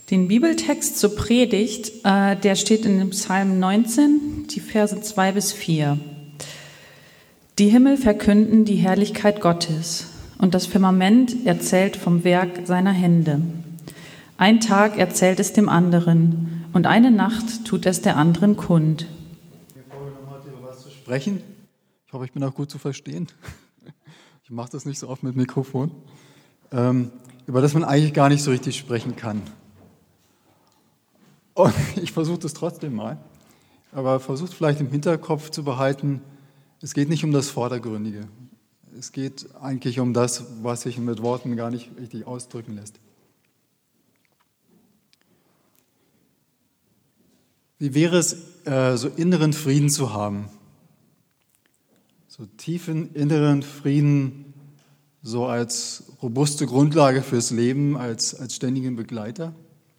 Den Bibeltext zur Predigt, der steht in dem Psalm 19, die Verse 2 bis 4. Die Himmel verkünden die Herrlichkeit Gottes und das Firmament erzählt vom Werk seiner Hände. Ein Tag erzählt es dem anderen und eine Nacht tut es der anderen kund. Mir vorgenommen hatte, über was zu sprechen. Ich hoffe, ich bin auch gut zu verstehen. Ich mache das nicht so oft mit Mikrofon. Über das man eigentlich gar nicht so richtig sprechen kann. Und ich versuche das trotzdem mal, aber versucht vielleicht im Hinterkopf zu behalten, es geht nicht um das Vordergründige. Es geht eigentlich um das, was sich mit Worten gar nicht richtig ausdrücken lässt. Wie wäre es, so inneren Frieden zu haben? So tiefen inneren Frieden, so als robuste Grundlage fürs Leben, als ständigen Begleiter?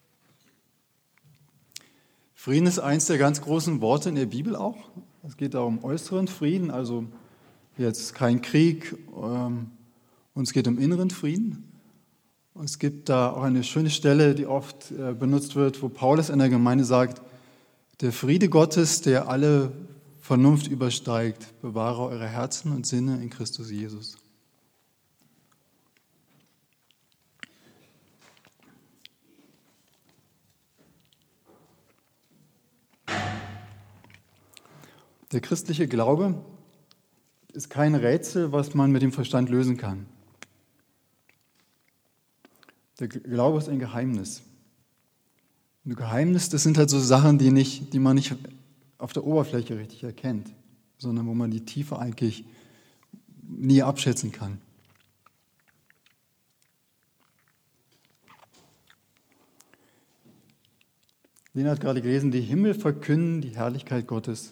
Frieden ist eins der ganz großen Worte in der Bibel auch. Es geht da um äußeren Frieden, also jetzt kein Krieg, und es geht um inneren Frieden. Es gibt da auch eine schöne Stelle, die oft benutzt wird, wo Paulus in der Gemeinde sagt, der Friede Gottes, der alle Vernunft übersteigt, bewahre eure Herzen und Sinne in Christus Jesus. Der christliche Glaube ist kein Rätsel, was man mit dem Verstand lösen kann. Der Glaube ist ein Geheimnis. Und ein Geheimnis, das sind halt so Sachen, die man nicht auf der Oberfläche richtig erkennt, sondern wo man die Tiefe eigentlich nie abschätzen kann. Lena hat gerade gelesen, die Himmel verkünden die Herrlichkeit Gottes.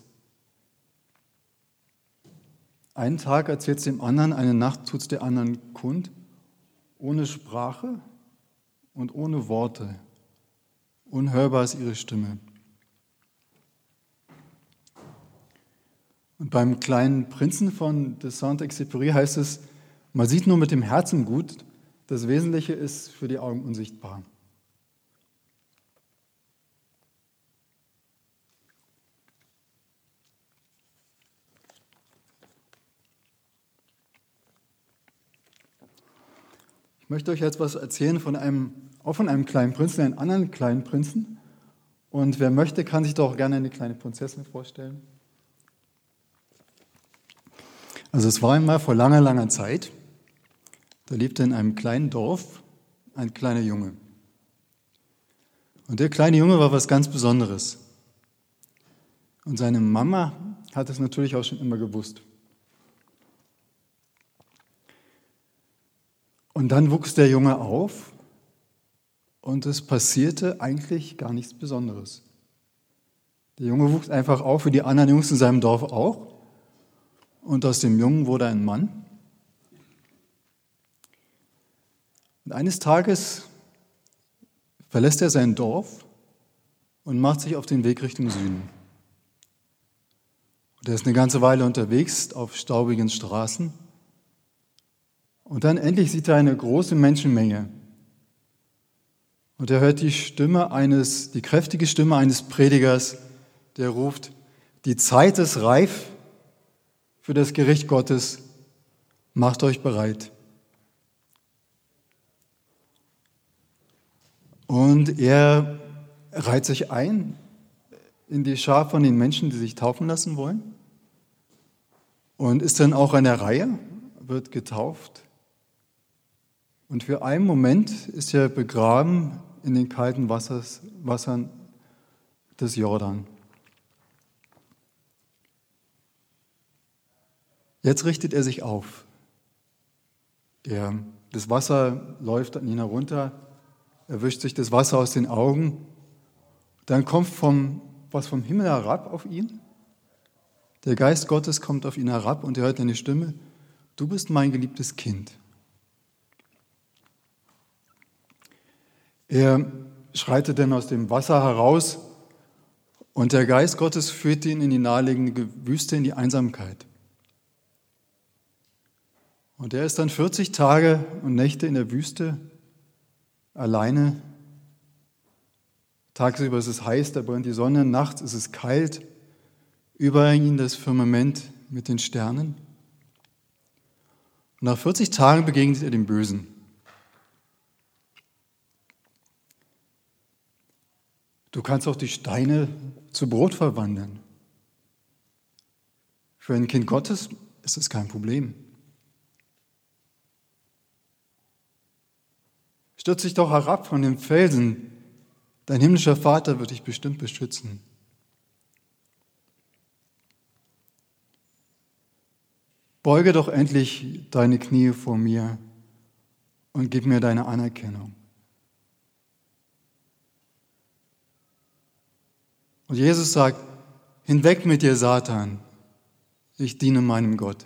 Einen Tag erzählt es dem anderen, eine Nacht tut es der anderen kund, ohne Sprache und ohne Worte. Unhörbar ist ihre Stimme. Und beim kleinen Prinzen von de Saint-Exupéry heißt es, man sieht nur mit dem Herzen gut, das Wesentliche ist für die Augen unsichtbar. Ich möchte euch jetzt was erzählen von einem kleinen Prinzen, einem anderen kleinen Prinzen. Und wer möchte, kann sich doch gerne eine kleine Prinzessin vorstellen. Also es war einmal vor langer, langer Zeit, da lebte in einem kleinen Dorf ein kleiner Junge. Und der kleine Junge war was ganz Besonderes. Und seine Mama hat es natürlich auch schon immer gewusst. Und dann wuchs der Junge auf und es passierte eigentlich gar nichts Besonderes. Der Junge wuchs einfach auf, wie die anderen Jungs in seinem Dorf auch. Und aus dem Jungen wurde ein Mann. Und eines Tages verlässt er sein Dorf und macht sich auf den Weg Richtung Süden. Und er ist eine ganze Weile unterwegs auf staubigen Straßen. Und dann endlich sieht er eine große Menschenmenge. Und er hört die kräftige Stimme eines Predigers, der ruft, die Zeit ist reif für das Gericht Gottes, macht euch bereit. Und er reiht sich ein in die Schar von den Menschen, die sich taufen lassen wollen und ist dann auch an der Reihe, wird getauft. Und für einen Moment ist er begraben in den kalten Wassern des Jordan. Jetzt richtet er sich auf. Das Wasser läuft an ihn herunter, er wischt sich das Wasser aus den Augen. Dann kommt was vom Himmel herab auf ihn. Der Geist Gottes kommt auf ihn herab und er hört eine Stimme, du bist mein geliebtes Kind. Er schreitet dann aus dem Wasser heraus und der Geist Gottes führt ihn in die naheliegende Wüste, in die Einsamkeit. Und er ist dann 40 Tage und Nächte in der Wüste, alleine Tagsüber ist es heiß, da brennt die Sonne, nachts ist es kalt, über ihnen das Firmament mit den Sternen. Und nach 40 Tagen begegnet er dem Bösen. Du kannst auch die Steine zu Brot verwandeln. Für ein Kind Gottes ist das kein Problem. Stürz dich doch herab von dem Felsen. Dein himmlischer Vater wird dich bestimmt beschützen. Beuge doch endlich deine Knie vor mir und gib mir deine Anerkennung. Und Jesus sagt, hinweg mit dir, Satan, ich diene meinem Gott.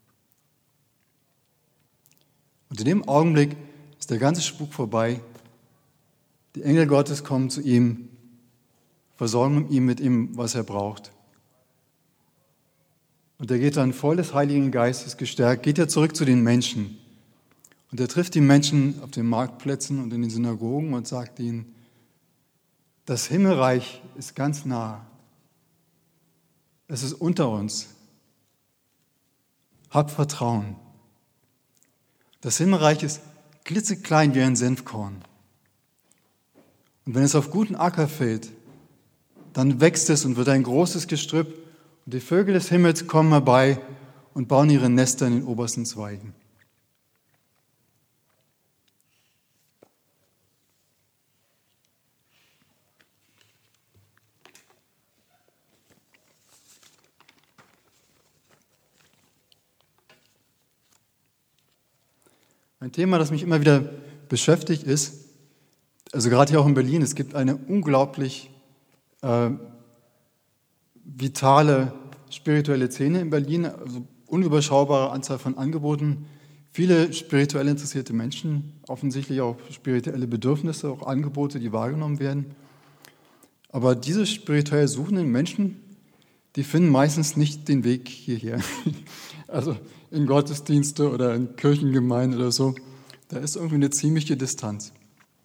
Und in dem Augenblick ist der ganze Spuk vorbei. Die Engel Gottes kommen zu ihm, versorgen ihn mit ihm, was er braucht. Und er geht dann voll des Heiligen Geistes gestärkt, geht er zurück zu den Menschen. Und er trifft die Menschen auf den Marktplätzen und in den Synagogen und sagt ihnen, das Himmelreich ist ganz nah. Es ist unter uns. Habt Vertrauen. Das Himmelreich ist klitzeklein wie ein Senfkorn. Und wenn es auf guten Acker fällt, dann wächst es und wird ein großes Gestrüpp. Und die Vögel des Himmels kommen herbei und bauen ihre Nester in den obersten Zweigen. Ein Thema, das mich immer wieder beschäftigt, ist, also gerade hier auch in Berlin, es gibt eine unglaublich vitale spirituelle Szene in Berlin, also unüberschaubare Anzahl von Angeboten, viele spirituell interessierte Menschen, offensichtlich auch spirituelle Bedürfnisse, auch Angebote, die wahrgenommen werden. Aber diese spirituell suchenden Menschen, die finden meistens nicht den Weg hierher. Also in Gottesdienste oder in Kirchengemeinden oder so, da ist irgendwie eine ziemliche Distanz.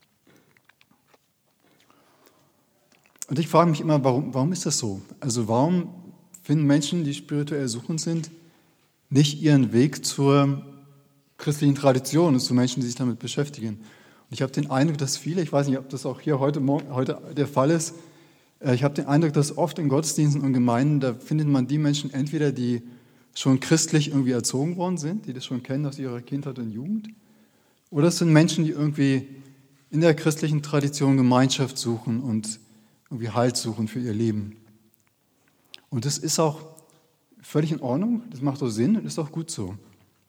Und ich frage mich immer, warum ist das so? Also warum finden Menschen, die spirituell suchend sind, nicht ihren Weg zur christlichen Tradition und zu Menschen, die sich damit beschäftigen? Und ich habe den Eindruck, dass viele, ich weiß nicht, ob das auch hier heute der Fall ist, ich habe den Eindruck, dass oft in Gottesdiensten und Gemeinden, da findet man die Menschen entweder, die schon christlich irgendwie erzogen worden sind, die das schon kennen aus ihrer Kindheit und Jugend, oder es sind Menschen, die irgendwie in der christlichen Tradition Gemeinschaft suchen und irgendwie Halt suchen für ihr Leben. Und das ist auch völlig in Ordnung, das macht auch Sinn und ist auch gut so.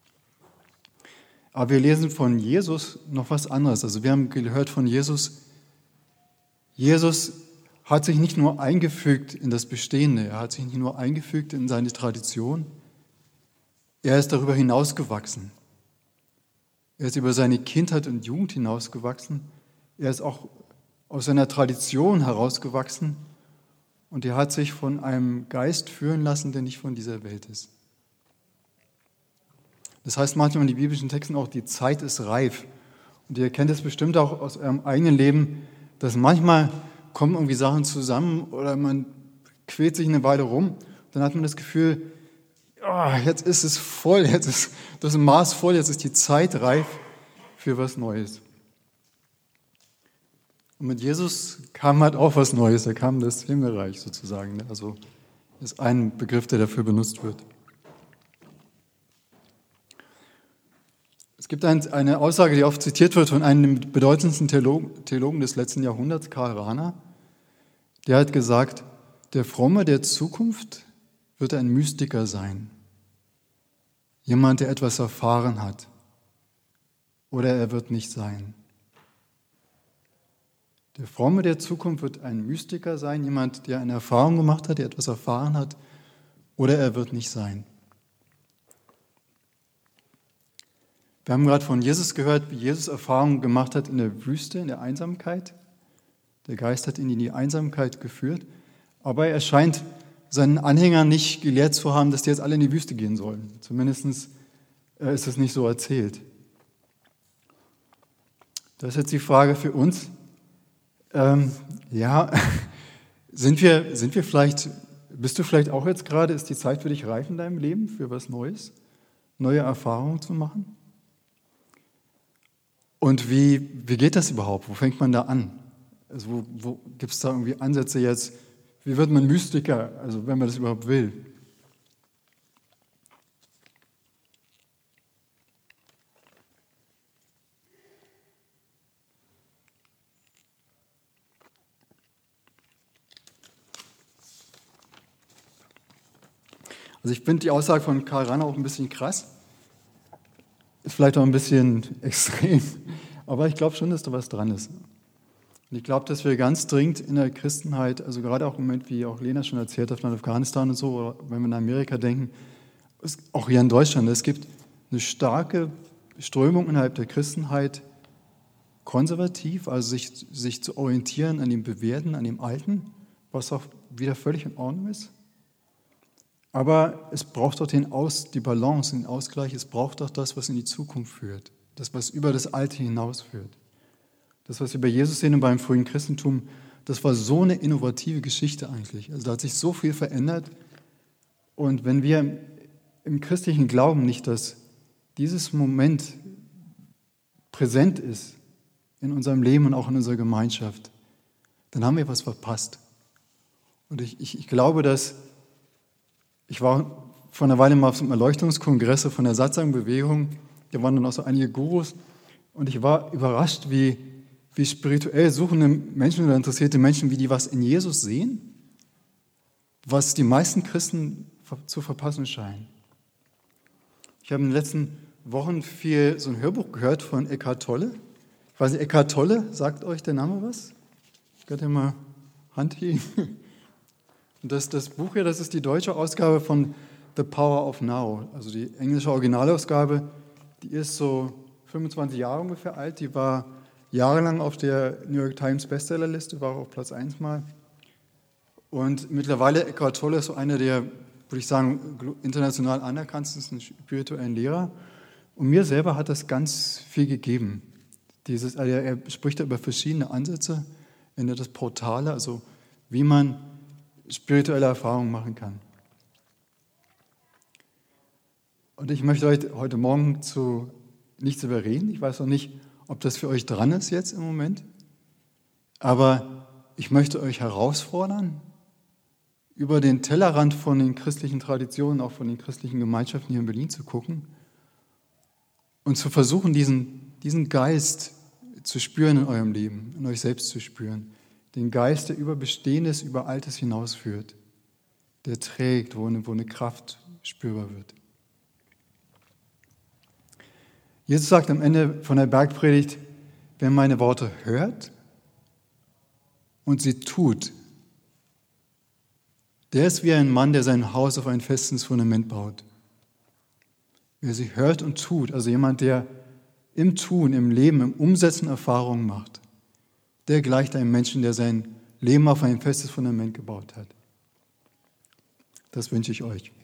Aber wir lesen von Jesus noch was anderes. Also wir haben gehört von Jesus, Jesus hat sich nicht nur eingefügt in das Bestehende, er hat sich nicht nur eingefügt in seine Tradition, er ist darüber hinausgewachsen. Er ist über seine Kindheit und Jugend hinausgewachsen, er ist auch aus seiner Tradition herausgewachsen und er hat sich von einem Geist führen lassen, der nicht von dieser Welt ist. Das heißt manchmal in den biblischen Texten auch, die Zeit ist reif. Und ihr kennt es bestimmt auch aus eurem eigenen Leben, dass manchmal kommen irgendwie Sachen zusammen oder man quält sich eine Weile rum. Dann hat man das Gefühl, oh, jetzt ist es voll, jetzt ist das Maß voll, jetzt ist die Zeit reif für was Neues. Und mit Jesus kam halt auch was Neues, da kam das Himmelreich sozusagen. Also das ist ein Begriff, der dafür benutzt wird. Es gibt eine Aussage, die oft zitiert wird von einem der bedeutendsten Theologen des letzten Jahrhunderts, Karl Rahner. Der hat gesagt, der Fromme der Zukunft wird ein Mystiker sein. Jemand, der etwas erfahren hat. Oder er wird nicht sein. Der Fromme der Zukunft wird ein Mystiker sein, jemand, der eine Erfahrung gemacht hat, der etwas erfahren hat, oder er wird nicht sein. Wir haben gerade von Jesus gehört, wie Jesus Erfahrungen gemacht hat in der Wüste, in der Einsamkeit. Der Geist hat ihn in die Einsamkeit geführt, aber er scheint seinen Anhängern nicht gelehrt zu haben, dass die jetzt alle in die Wüste gehen sollen. Zumindest ist es nicht so erzählt. Das ist jetzt die Frage für uns. Ja, bist du vielleicht auch jetzt gerade, ist die Zeit für dich reif in deinem Leben, für was Neues, neue Erfahrungen zu machen? Und wie geht das überhaupt? Wo fängt man da an? Also wo gibt es da irgendwie Ansätze jetzt? Wie wird man Mystiker, also wenn man das überhaupt will? Also ich finde die Aussage von Karl Rahner auch ein bisschen krass. Ist vielleicht auch ein bisschen extrem, aber ich glaube schon, dass da was dran ist. Und ich glaube, dass wir ganz dringend in der Christenheit, also gerade auch im Moment, wie auch Lena schon erzählt hat, von Afghanistan und so, oder wenn wir in Amerika denken, auch hier in Deutschland, es gibt eine starke Strömung innerhalb der Christenheit, konservativ, also sich zu orientieren an dem Bewährten, an dem Alten, was auch wieder völlig in Ordnung ist. Aber es braucht doch die Balance, den Ausgleich, es braucht doch das, was in die Zukunft führt, das, was über das Alte hinausführt. Das, was wir bei Jesus sehen und beim frühen Christentum, das war so eine innovative Geschichte eigentlich. Also da hat sich so viel verändert. Und wenn wir im christlichen Glauben nicht, dass dieses Moment präsent ist in unserem Leben und auch in unserer Gemeinschaft, dann haben wir was verpasst. Und ich glaube, dass ich war vor einer Weile mal auf so einem Erleuchtungskongress von der Satsang-Bewegung, da waren dann auch so einige Gurus und ich war überrascht, wie spirituell suchende Menschen oder interessierte Menschen, wie die was in Jesus sehen, was die meisten Christen zu verpassen scheinen. Ich habe in den letzten Wochen viel so ein Hörbuch gehört von Eckhart Tolle. Ich weiß nicht, Eckhart Tolle, sagt euch der Name was? Könnt ihr mal Hand heben? Und das Buch hier, das ist die deutsche Ausgabe von The Power of Now. Also die englische Originalausgabe, die ist so 25 Jahre ungefähr alt. Die war jahrelang auf der New York Times Bestsellerliste, war auch auf Platz 1 mal. Und mittlerweile Eckhart Tolle ist so einer der, würde ich sagen, international anerkanntesten spirituellen Lehrer. Und mir selber hat das ganz viel gegeben. Er spricht da über verschiedene Ansätze, das Portale, also wie man spirituelle Erfahrungen machen kann. Und ich möchte euch heute Morgen zu nichts überreden. Ich weiß noch nicht, ob das für euch dran ist jetzt im Moment. Aber ich möchte euch herausfordern, über den Tellerrand von den christlichen Traditionen, auch von den christlichen Gemeinschaften hier in Berlin zu gucken und zu versuchen, diesen Geist zu spüren in eurem Leben, in euch selbst zu spüren. Den Geist, der über Bestehendes, über Altes hinausführt, der trägt, wo eine Kraft spürbar wird. Jesus sagt am Ende von der Bergpredigt, wer meine Worte hört und sie tut, der ist wie ein Mann, der sein Haus auf ein festes Fundament baut. Wer sie hört und tut, also jemand, der im Tun, im Leben, im Umsetzen Erfahrungen macht, der gleicht einem Menschen, der sein Leben auf ein festes Fundament gebaut hat. Das wünsche ich euch.